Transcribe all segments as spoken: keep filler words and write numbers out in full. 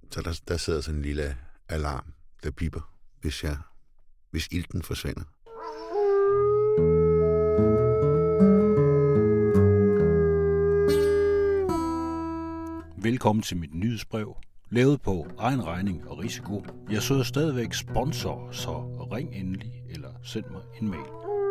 Så der, der sidder sådan en lille alarm, der piper, hvis, jeg, hvis ilten forsvinder. Velkommen til mit nyhedsbrev, lavet på egen regning og risiko. Jeg søger stadigvæk sponsor, så ring endelig eller send mig en mail.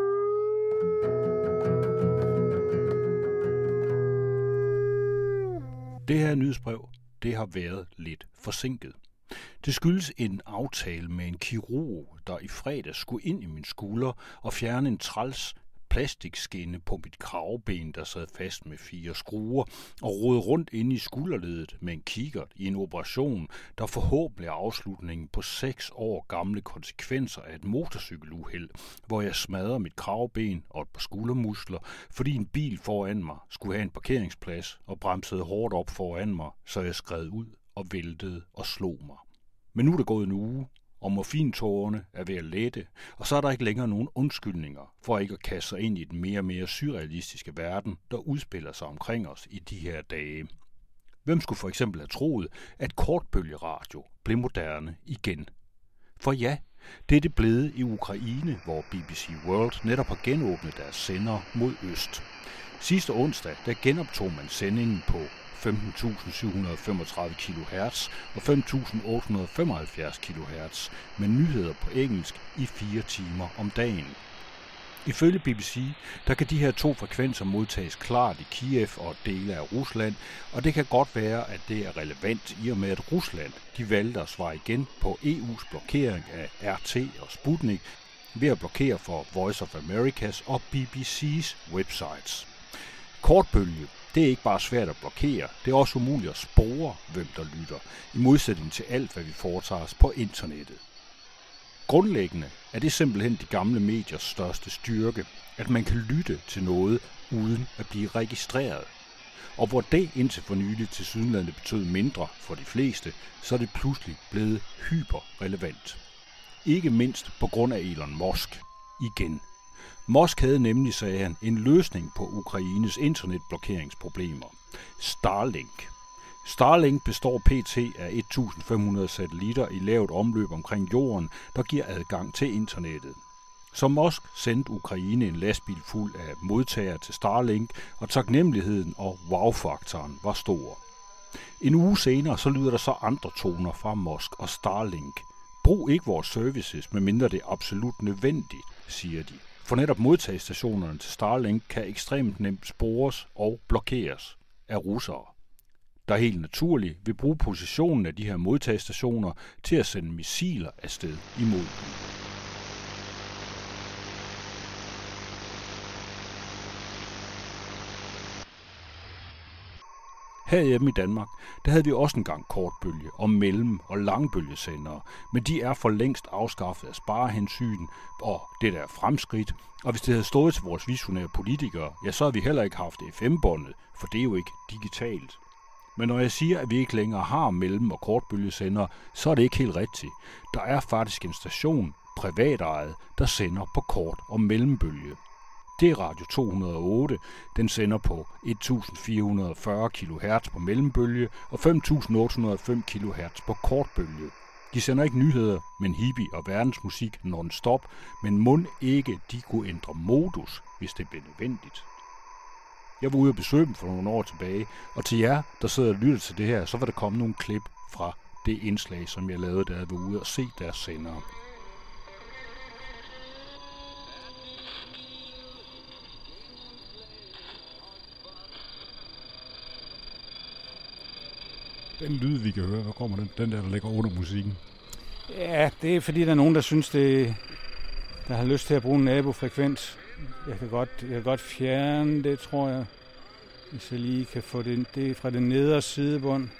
Det her nyhedsbrev, det har været lidt forsinket. Det skyldes en aftale med en kirurg, der i fredag skulle ind i min skulder og fjerne en træls plastikskinne på mit kravben, der sad fast med fire skruer, og rode rundt inde i skulderledet med en kikkert i en operation, der forhåbentlig er afslutningen på seks år gamle konsekvenser af et motorcykeluheld, hvor jeg smadrer mit kravben og et par skuldermuskler, fordi en bil foran mig skulle have en parkeringsplads og bremsede hårdt op foran mig, så jeg skred ud og væltede og slog mig. Men nu er det gået en uge, og morfintårerne er ved at lette, og så er der ikke længere nogen undskyldninger for ikke at kaste sig ind i den mere og mere surrealistiske verden, der udspiller sig omkring os i de her dage. Hvem skulle for eksempel have troet, at kortbølgeradio blev moderne igen? For ja, det er det blevet i Ukraine, hvor B B C World netop har genåbnet deres sender mod øst. Sidste onsdag, der genoptog man sendingen på femten tusind syv hundrede femogtredive kilohertz og fem tusind otte hundrede femoghalvfjerds kilohertz med nyheder på engelsk i fire timer om dagen. Ifølge B B C, der kan de her to frekvenser modtages klart i Kiev og dele af Rusland, og det kan godt være, at det er relevant i og med, at Rusland de valgte at svare igen på E U's blokering af R T og Sputnik ved at blokere for Voice of Americas og B B C's websites. Kortbølge, det er ikke bare svært at blokere, det er også umuligt at spore, hvem der lytter, i modsætning til alt, hvad vi foretager os på internettet. Grundlæggende er det simpelthen de gamle mediers største styrke, at man kan lytte til noget uden at blive registreret. Og hvor det indtil for nylig til sydenlandet betød mindre for de fleste, så er det pludselig blevet hyperrelevant. Ikke mindst på grund af Elon Musk. Igen. Musk havde nemlig, sagde han, en løsning på Ukraines internetblokeringsproblemer. Starlink. Starlink består pt. Af et tusind fem hundrede satellitter i lavt omløb omkring jorden, der giver adgang til internettet. Så Musk sendte Ukraine en lastbil fuld af modtagere til Starlink, og taknemmeligheden og wow-faktoren var stor. En uge senere så lyder der så andre toner fra Musk og Starlink. Brug ikke vores services, medmindre det er absolut nødvendigt, siger de. For netop modtagestationerne til Starlink kan ekstremt nemt spores og blokeres af russere, der helt naturligt vil bruge positionen af de her modtagestationer til at sende missiler afsted imod dem. Herhjemme i Danmark, der havde vi også engang kortbølge- og mellem- og langbølgesendere, men de er for længst afskaffet af sparehensyn og det der fremskridt, og hvis det havde stået til vores visionære politikere, ja, så har vi heller ikke haft F M-båndet, for det er jo ikke digitalt. Men når jeg siger, at vi ikke længere har mellem- og kortbølgesendere, så er det ikke helt rigtigt. Der er faktisk en station, privatejet, der sender på kort- og mellembølge. Det er Radio to hundrede og otte. Den sender på et tusind fire hundrede og fyrre kilohertz på mellembølge og fem tusind otte hundrede og fem kilohertz på kortbølge. De sender ikke nyheder, men hippie og verdensmusik non-stop, men mon ikke de kunne ændre modus, hvis det blev nødvendigt. Jeg var ude og besøge dem for nogle år tilbage, og til jer, der sidder og lytter til det her, så var der kommet nogle klip fra det indslag, som jeg lavede, da jeg var ude og se deres sendere. Den lyd, vi kan høre, hvor kommer den? Den der, der ligger under musikken. Ja, det er fordi, der er nogen, der synes, det, der har lyst til at bruge en nabofrekvens. Jeg kan godt, jeg kan godt fjerne det, tror jeg. Hvis jeg lige kan få det, det fra den nedre sidebånd.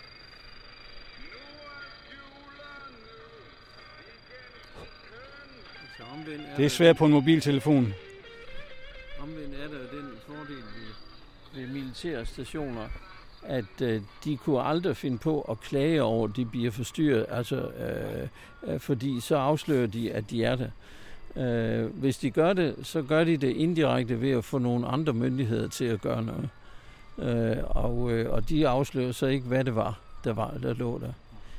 Det er svært på en mobiltelefon. Omvendt er der jo den fordel ved, ved militære stationer, at øh, de kunne aldrig finde på at klage over, at de bliver forstyrret, altså, øh, øh, fordi så afslører de, at de er der. Øh, hvis de gør det, så gør de det indirekte ved at få nogle andre myndigheder til at gøre noget. Øh, og, øh, og de afslører så ikke, hvad det var, der, var, der lå der.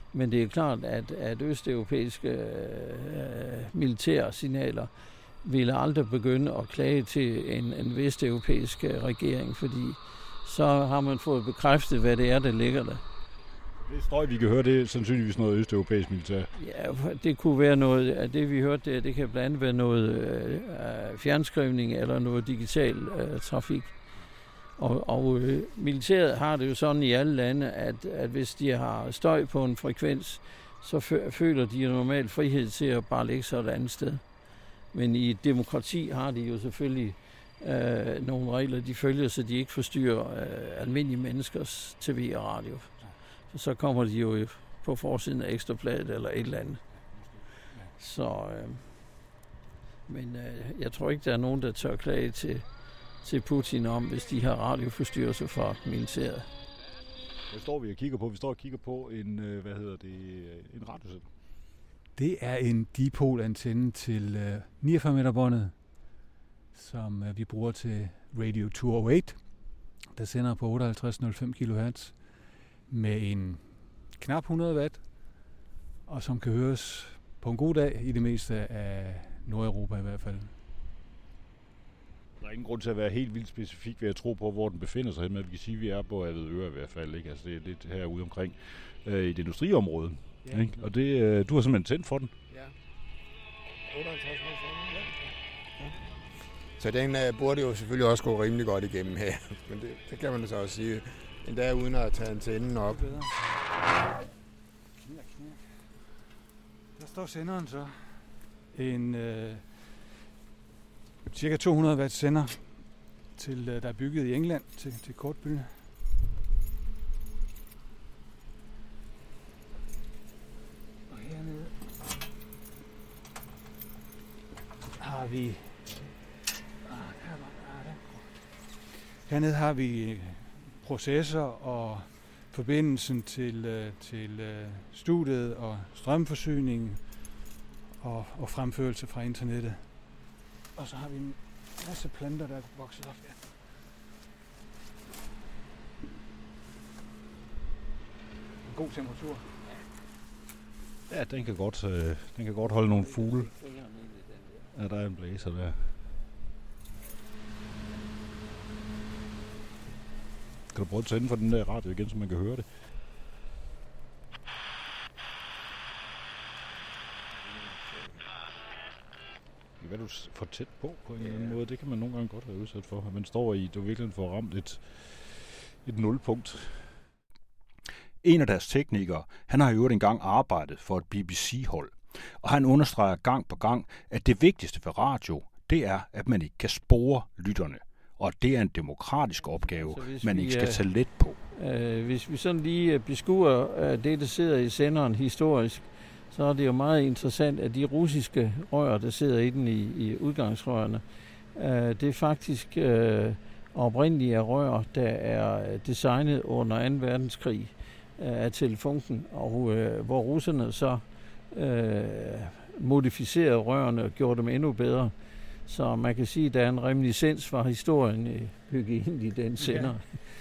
Men det er klart, at, at østeuropæiske øh, militære signaler ville aldrig begynde at klage til en, en vesteuropæisk regering, fordi så har man fået bekræftet, hvad det er, der ligger der. Det støj, vi kan høre, det er sandsynligvis noget østeuropæisk militær. Ja, det kunne være noget af det, vi hørte der. Det kan blandt andet være noget øh, fjernskrivning eller noget digital øh, trafik. Og, og øh, militæret har det jo sådan i alle lande, at, at hvis de har støj på en frekvens, så fø- føler de normalt frihed til at bare lægge sig et andet sted. Men i et demokrati har de jo selvfølgelig øh, nogle regler, de følger, så de ikke forstyrrer øh, almindelige menneskers tv og radio. Så kommer de jo på forsiden af Ekstrabladet eller et eller andet. Så, øh, men øh, jeg tror ikke, der er nogen, der tør klage til, til Putin om, hvis de har radioforstyrrelser fra militæret. Hvad står vi og kigger på? Vi står og kigger på en, øh, hvad hedder det, en radiosender. Det er en dipolantenne til øh, niogfyrre meter båndet, som øh, vi bruger til Radio to nul otte, der sender på otteoghalvtreds komma nul fem kilohertz med en knap hundrede watt, og som kan høres på en god dag i det meste af Nordeuropa i hvert fald. Der er ingen grund til at være helt vildt specifik ved at tro på, hvor den befinder sig hen, men vi kan sige, at vi er på Avedøre i hvert fald. Ikke? Altså, det er lidt herude omkring øh, i det industriområde. Ja. Ikke? Og det, øh, du har simpelthen tændt for den. Ja. otteoghalvtreds komma nul fem, ja. Ja. Så den øh, burde jo selvfølgelig også gå rimelig godt igennem her. Men det, det kan man så også sige. Endda uden at tage antennen op. Der står senderen så. En øh, cirka to hundrede watt sender, til, øh, der er bygget i England til, til kortbølge. Og hernede har vi hernede har vi processer og forbindelsen til, øh, til øh, studiet og strømforsyning og, og fremførelse fra internettet. Og så har vi en masse planter, der er vokset op her. En god temperatur. Ja, den kan godt, øh, den kan godt holde nogle fugle. Ja, der er en blæser der. Kan du prøve at tænde for den der radio igen, så man kan høre det? Det kan være, du får tæt på på en eller anden måde. Det kan man nogle gange godt være udsat for. Man står i, du virkelig får ramt et, et nulpunkt. En af deres teknikere, han har i øvrigt engang arbejdet for et B B C-hold. Og han understreger gang på gang, at det vigtigste for radio, det er, at man ikke kan spore lytterne. Og det er en demokratisk opgave, man vi, ikke skal tage let på. Øh, hvis vi sådan lige beskuer øh, det, der sidder i senderen historisk, så er det jo meget interessant, at de russiske rør, der sidder i den i, i udgangsrørene, øh, det er faktisk øh, oprindelige rør, der er designet under anden verdenskrig øh, af Telefunken, og øh, hvor russerne så øh, modificerede rørene og gjorde dem endnu bedre. Så man kan sige, at der er en reminiscens fra historien i hygiejnen i den sender. Ja.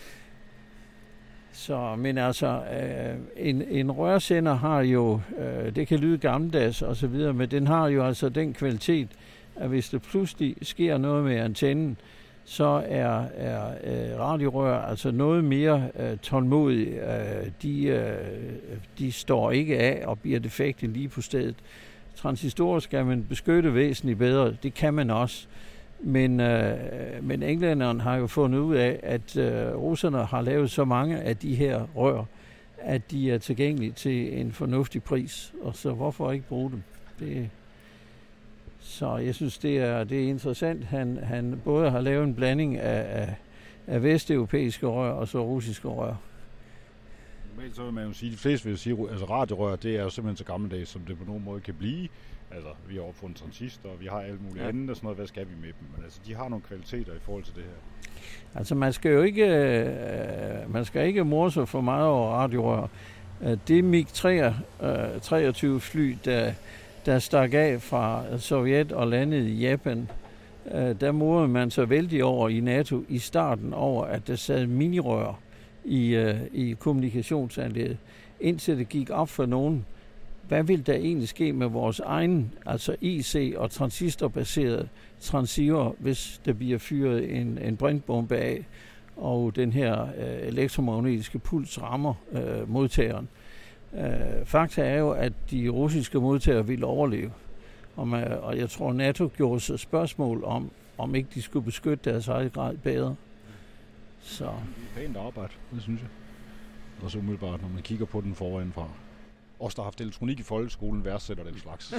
Så, men altså, øh, en, en rørsender har jo, øh, det kan lyde gammeldags og så videre, men den har jo altså den kvalitet, at hvis der pludselig sker noget med antennen, så er, er øh, radiorør altså noget mere øh, tålmodige. Øh, de, øh, de står ikke af og bliver defekte lige på stedet. Transistorer skal man beskytte væsentligt bedre, det kan man også. Men, øh, men englænderne har jo fundet ud af, at øh, russerne har lavet så mange af de her rør, at de er tilgængelige til en fornuftig pris. Og så hvorfor ikke bruge dem? Det, så jeg synes, det er, det er interessant. Han, han både har lavet en blanding af, af, af vesteuropæiske rør og så russiske rør. Normalt så vil man jo sige, de fleste vil sige, at altså radiorør, det er jo simpelthen så gammeldags, som det på nogen måde kan blive. Altså, vi har opfundet transistor, og vi har alt muligt ja. andet og sådan noget. Hvad skal vi med dem? Men altså, de har nogle kvaliteter i forhold til det her. Altså, man skal jo ikke, øh, man skal ikke morse sig for meget over radiorør. Det MiG treogtyve fly, der, der stak af fra Sovjet og landede i Japan, øh, der morede man så vældig over i NATO i starten over, at der sad minirør i, øh, i kommunikationsanlægget. indtil det gik op for nogen, hvad vil der egentlig ske med vores egen, altså I C og transistorbaserede transceiver, hvis der bliver fyret en, en brintbombe af, og den her øh, elektromagnetiske puls rammer øh, modtageren. Øh, fakta er jo, at de russiske modtagere ville overleve. Og, man, og jeg tror, NATO gjorde sig spørgsmål om, om ikke de skulle beskytte deres eget grad bedre. Så. Det er pænt arbejde, det synes jeg. Og så umiddelbart, når man kigger på den foranfra. Os, der har haft elektronik i folkeskolen, værdsætter den slags.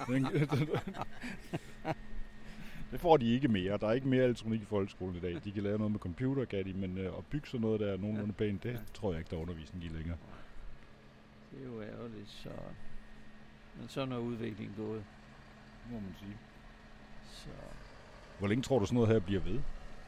Det får de ikke mere. Der er ikke mere elektronik i folkeskolen i dag. De kan lave noget med computer, kan de, men at bygge sådan noget, der er nogenlunde pænt, det tror jeg ikke, der er undervisning i længere. Det er jo ærgerligt, så... Men sådan er udviklingen gået. Må man sige. Så... Hvor længe tror du sådan noget her bliver ved?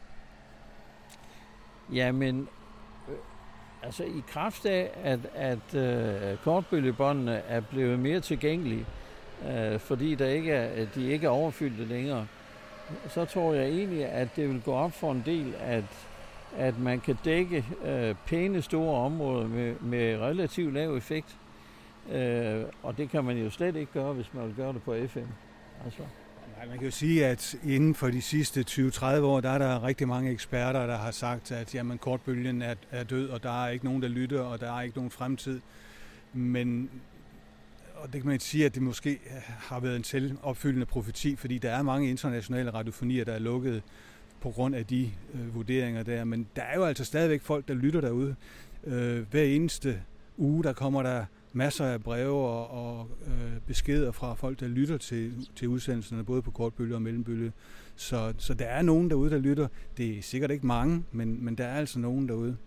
Jamen, øh, altså i kraft af, at, at øh, kortbølgebåndene er blevet mere tilgængelige, øh, fordi der ikke er, de ikke er overfyldte længere, så tror jeg egentlig, at det vil gå op for en del, at, at man kan dække øh, pæne store områder med, med relativt lav effekt. Øh, og det kan man jo slet ikke gøre, hvis man vil gøre det på F M. Altså. Nej, man kan jo sige, at inden for de sidste tyve til tredive år, der er der rigtig mange eksperter, der har sagt, at jamen, kortbølgen er, er død, og der er ikke nogen, der lytter, og der er ikke nogen fremtid. Men og det kan man sige, at det måske har været en selvopfyldende profeti, fordi der er mange internationale radiofonier, der er lukket på grund af de øh, vurderinger der. Men der er jo altså stadigvæk folk, der lytter derude. Øh, hver eneste uge, der kommer der masser af breve og, og øh, beskeder fra folk, der lytter til, til udsendelserne, både på kortbølge og mellembølge. Så, så der er nogen derude, der lytter. Det er sikkert ikke mange, men, men der er altså nogen derude.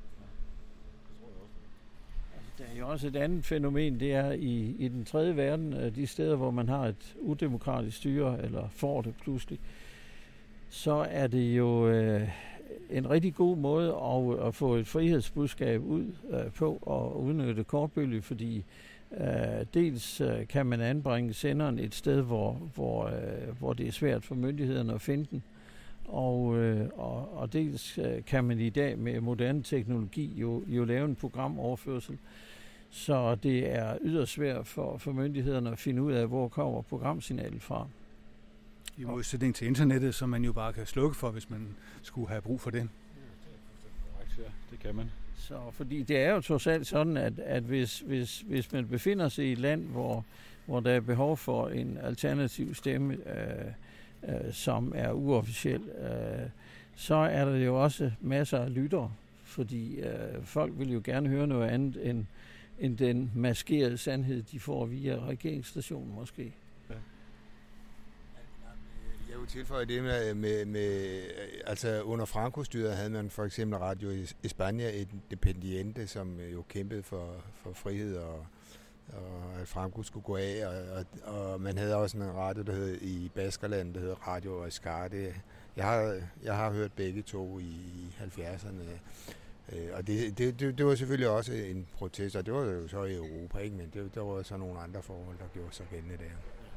Der er jo også et andet fænomen, det er i, i den tredje verden, de steder, hvor man har et udemokratisk styre, eller får det pludselig, så er det jo øh, en rigtig god måde at, at få et frihedsbudskab ud øh, på og udnytte kortbølge, fordi øh, dels øh, kan man anbringe senderen et sted, hvor, hvor, øh, hvor det er svært for myndighederne at finde den, og, øh, og, og dels øh, kan man i dag med moderne teknologi jo, jo lave en programoverførsel, så det er yderst svært for, for myndighederne at finde ud af, hvor kommer programsignalet fra. I modsætning til internettet, som man jo bare kan slukke for, hvis man skulle have brug for det. Ja, det kan man. Så, fordi det er jo trods alt sådan, at, at hvis, hvis, hvis man befinder sig i et land, hvor, hvor der er behov for en alternativ stemme, øh, øh, som er uofficiel, øh, så er der jo også masser af lyttere, fordi øh, folk vil jo gerne høre noget andet end, end den maskerede sandhed, de får via regeringsstationen måske. Jeg vil tilføje det med, med, med altså under Franco-styret havde man for eksempel Radio España Independiente, som jo kæmpede for, for frihed og, og at Franco skulle gå af, og, og, og man havde også en radio, der hed i Baskerland, der hed Radio Escarte. Jeg har, jeg har hørt begge to i halvfjerdserne, og det, det, det, det var selvfølgelig også en protest, og det var jo så i Europa, ikke? Men det, der var så nogle andre forhold, der gjorde sig gældende der.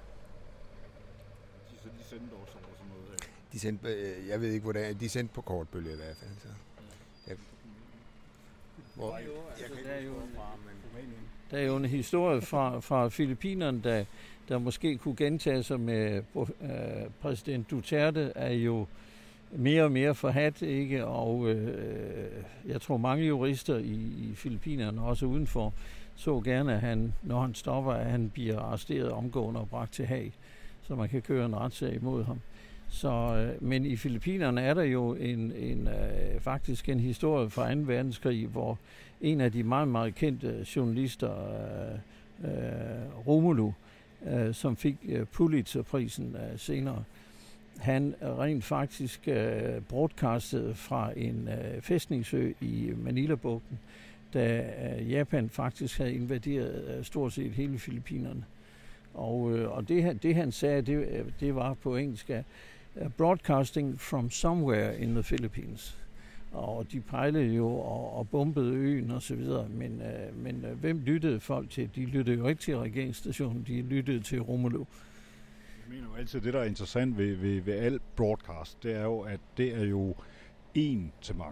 Så de sendte også over sådan noget her? De sendte, øh, jeg ved ikke hvordan, de sendte på kortbølge i hvert fald. Så. Ja. Hvor, altså, der, er jo, der er jo en historie fra, fra Filippinerne, der, der måske kunne gentage sig med øh, præsident Duterte, er jo mere og mere forhat, ikke? Og øh, jeg tror mange jurister i, i Filippinerne, også udenfor, så gerne, at han, når han stopper, at han bliver arresteret omgående og bragt til Haag, så man kan køre en retssag imod ham. Så, øh, men i Filippinerne er der jo en, en, øh, faktisk en historie fra anden verdenskrig, hvor en af de meget, meget kendte journalister, øh, øh, Romulo, øh, som fik øh, Pulitzerprisen øh, senere, han rent faktisk øh, broadcastede fra en øh, fæstningsø i Manila-bugten, da øh, Japan faktisk havde invaderet øh, stort set hele Filippinerne. Og, øh, og det, det han sagde, det, det var på engelsk, uh, broadcasting from somewhere in the Philippines. Og de pejlede jo og, og bombede øen og så videre, men, øh, men øh, hvem lyttede folk til? De lyttede jo ikke til regeringsstationen, de lyttede til Romulo. Jeg mener jo altid, det der er interessant ved, ved, ved alt broadcast, det er jo, at det er jo en til mange.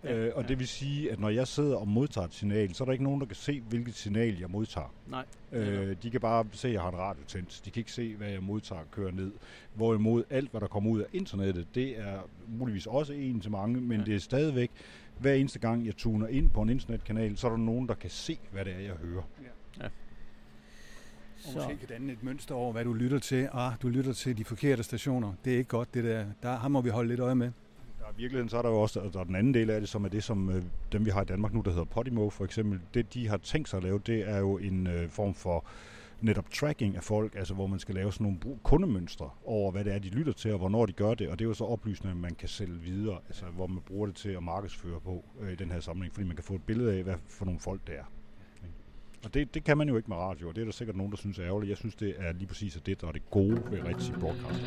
Øh, og det vil sige, at når jeg sidder og modtager et signal, så er der ikke nogen, der kan se, hvilket signal jeg modtager. Nej. Øh, de kan bare se, at jeg har en radio tændt. De kan ikke se, hvad jeg modtager kører ned. Hvorimod alt, hvad der kommer ud af internettet, det er muligvis også en til mange, men ja. Det er stadigvæk, hver eneste gang jeg tuner ind på en internetkanal, så er der nogen, der kan se, hvad det er, jeg hører. Ja. Ja. Og måske kan danne et mønster over, hvad du lytter til. Ah, du lytter til de forkerte stationer. Det er ikke godt, det der. Der her må vi holde lidt øje med. Der er virkeligheden, så er der jo også der er den anden del af det, som er det, som øh, dem vi har i Danmark nu, der hedder Podimo for eksempel. Det, de har tænkt sig at lave, det er jo en øh, form for netop tracking af folk, altså hvor man skal lave sådan nogle kundemønstre over, hvad det er, de lytter til, og hvornår de gør det. Og det er jo så oplysende, at man kan sælge videre, altså hvor man bruger det til at markedsføre på øh, i den her sammenhæng, fordi man kan få et billede af, hvad for nogle folk det er. Og det, det kan man jo ikke med radio, og det er der sikkert nogen, der synes er ærgerligt. Jeg synes, det er lige præcis det, der er det gode ved rigtig broadcast.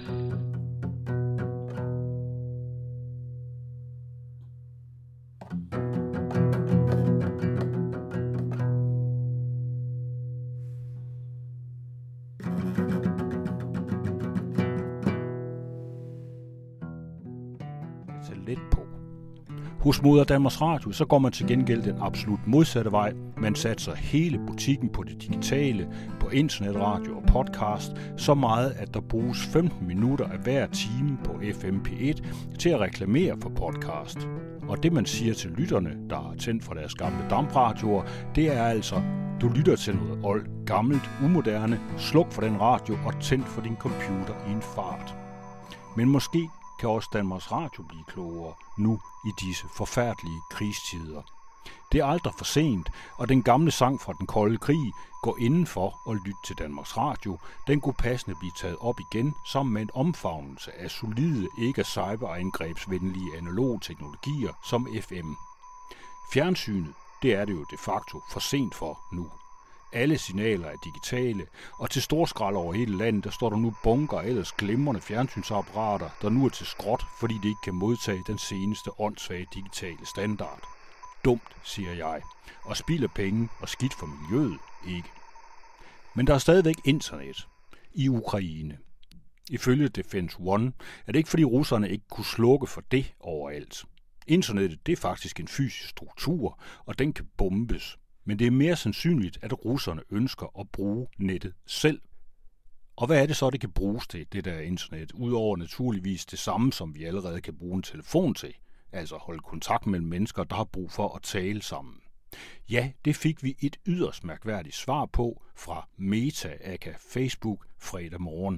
Hos Moder Danmarks Radio, så går man til gengæld den absolut modsatte vej. Man satser hele butikken på det digitale, på internetradio og podcast, så meget, at der bruges femten minutter af hver time på F M P et til at reklamere for podcast. Og det, man siger til lytterne, der er tændt for deres gamle dampradioer, det er altså, du lytter til noget old, gammelt, umoderne, sluk for den radio og tænd for din computer i en fart. Men måske kan også Danmarks Radio blive klogere nu i disse forfærdelige krigstider. Det er aldrig for sent, og den gamle sang fra den kolde krig går indenfor og lytte til Danmarks Radio. Den kunne passende blive taget op igen sammen med en omfavnelse af solide, ikke cyberangrebsvenlige analoge teknologier som F M. Fjernsynet, det er det jo de facto for sent for nu. Alle signaler er digitale, og til storskrald over hele landet, der står der nu bunker af ellers glimrende fjernsynsapparater, der nu er til skrot, fordi de ikke kan modtage den seneste åndssvage digitale standard. Dumt, siger jeg, og spilder penge og skidt for miljøet ikke. Men der er stadigvæk internet i Ukraine. Ifølge Defense One er det ikke fordi russerne ikke kunne slukke for det overalt. Internettet, det er faktisk en fysisk struktur, og den kan bombes. Men det er mere sandsynligt, at russerne ønsker at bruge nettet selv. Og hvad er det så, det kan bruges til, det der internet? Udover naturligvis det samme, som vi allerede kan bruge en telefon til. Altså holde kontakt mellem mennesker, der har brug for at tale sammen. Ja, det fik vi et yderst mærkværdigt svar på fra Meta, aka Facebook, fredag morgen.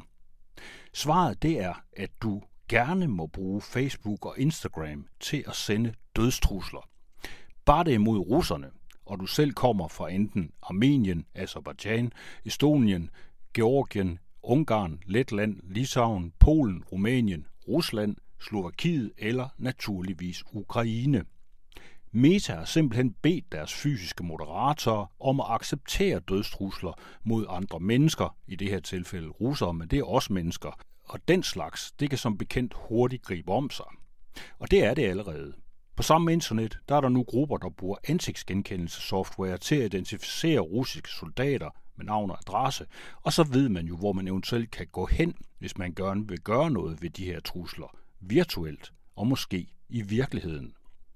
Svaret det er, at du gerne må bruge Facebook og Instagram til at sende dødstrusler. Bare det imod russerne, og du selv kommer fra enten Armenien, Aserbajdsjan, Estonien, Georgien, Ungarn, Letland, Litauen, Polen, Rumænien, Rusland, Slovakiet eller naturligvis Ukraine. Meta har simpelthen bedt deres fysiske moderatorer om at acceptere dødstrusler mod andre mennesker, i det her tilfælde russere, men det er også mennesker. Og den slags, det kan som bekendt hurtigt gribe om sig. Og det er det allerede. På samme internet, der er der nu grupper, der bruger ansigtsgenkendelsessoftware til at identificere russiske soldater med navn og adresse, og så ved man jo, hvor man eventuelt kan gå hen, hvis man gerne vil gøre noget ved de her trusler, virtuelt og måske i virkeligheden.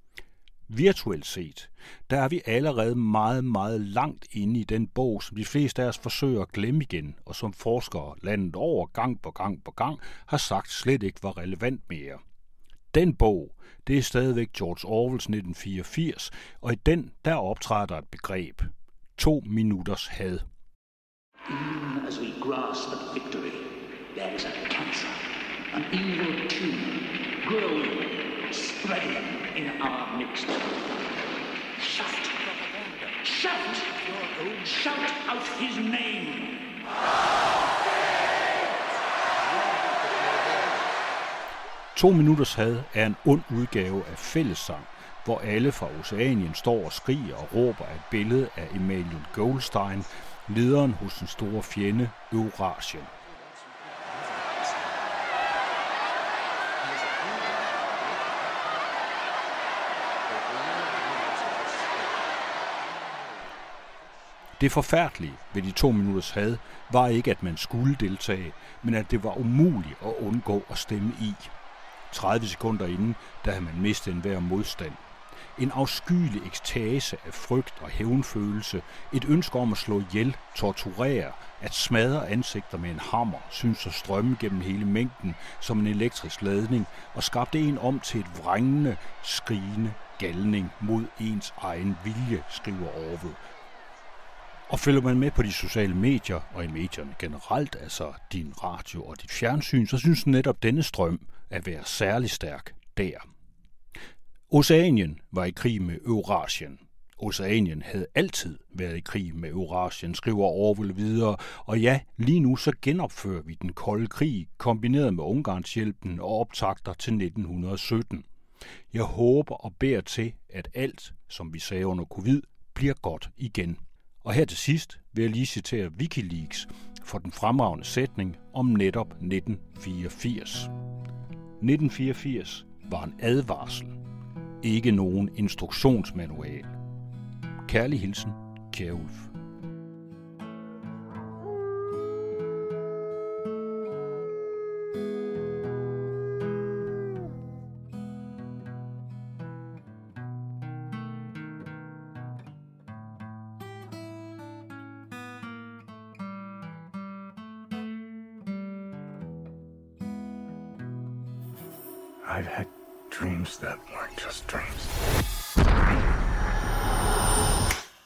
Virtuelt set, der er vi allerede meget, meget langt inde i den bog, som de fleste af os forsøger at glemme igen, og som forskere landet over gang på gang på gang har sagt slet ikke var relevant mere. Den bog, det er stadigvæk George Orwells nitten fireogfirs, og i den, der optræder der et begreb. To minutters had. Even as we grasp at victory, there is a cancer, an evil tumor, growing, spreading in our midst. Shout! Shout! Shout out his name! To minutters had er en ond udgave af fællessang, hvor alle fra Oceanien står og skriger og råber af et billede af Emanuel Goldstein, lederen hos den store fjende Eurasien. Det forfærdelige ved de to minutters had var ikke, at man skulle deltage, men at det var umuligt at undgå at stemme i. tredive sekunder inden, der havde man mistet enhver modstand. En afskyelig ekstase af frygt og hævnfølelse, et ønske om at slå ihjel, torturere, at smadre ansigter med en hammer, synes at strømme gennem hele mængden som en elektrisk ladning og skabte en om til et vrængende, skrigende galning mod ens egen vilje, skriver Orwell. Og følger man med på de sociale medier, og i medierne generelt, altså din radio og dit fjernsyn, så synes netop denne strøm at være særlig stærk der. Oceanien var i krig med Eurasien. Oceanien havde altid været i krig med Eurasien, skriver Orwell videre, og ja, lige nu så genopfører vi den kolde krig, kombineret med Ungarnshjælpen og optakter til nitten sytten. Jeg håber og beder til, at alt, som vi sagde under covid, bliver godt igen. Og her til sidst vil jeg lige citere Wikileaks for den fremragende sætning om netop nitten fireogfirs. nitten fireogfirs var en advarsel, ikke nogen instruktionsmanual. Kærlig hilsen, Kjærulf. I've had dreams that weren't just dreams.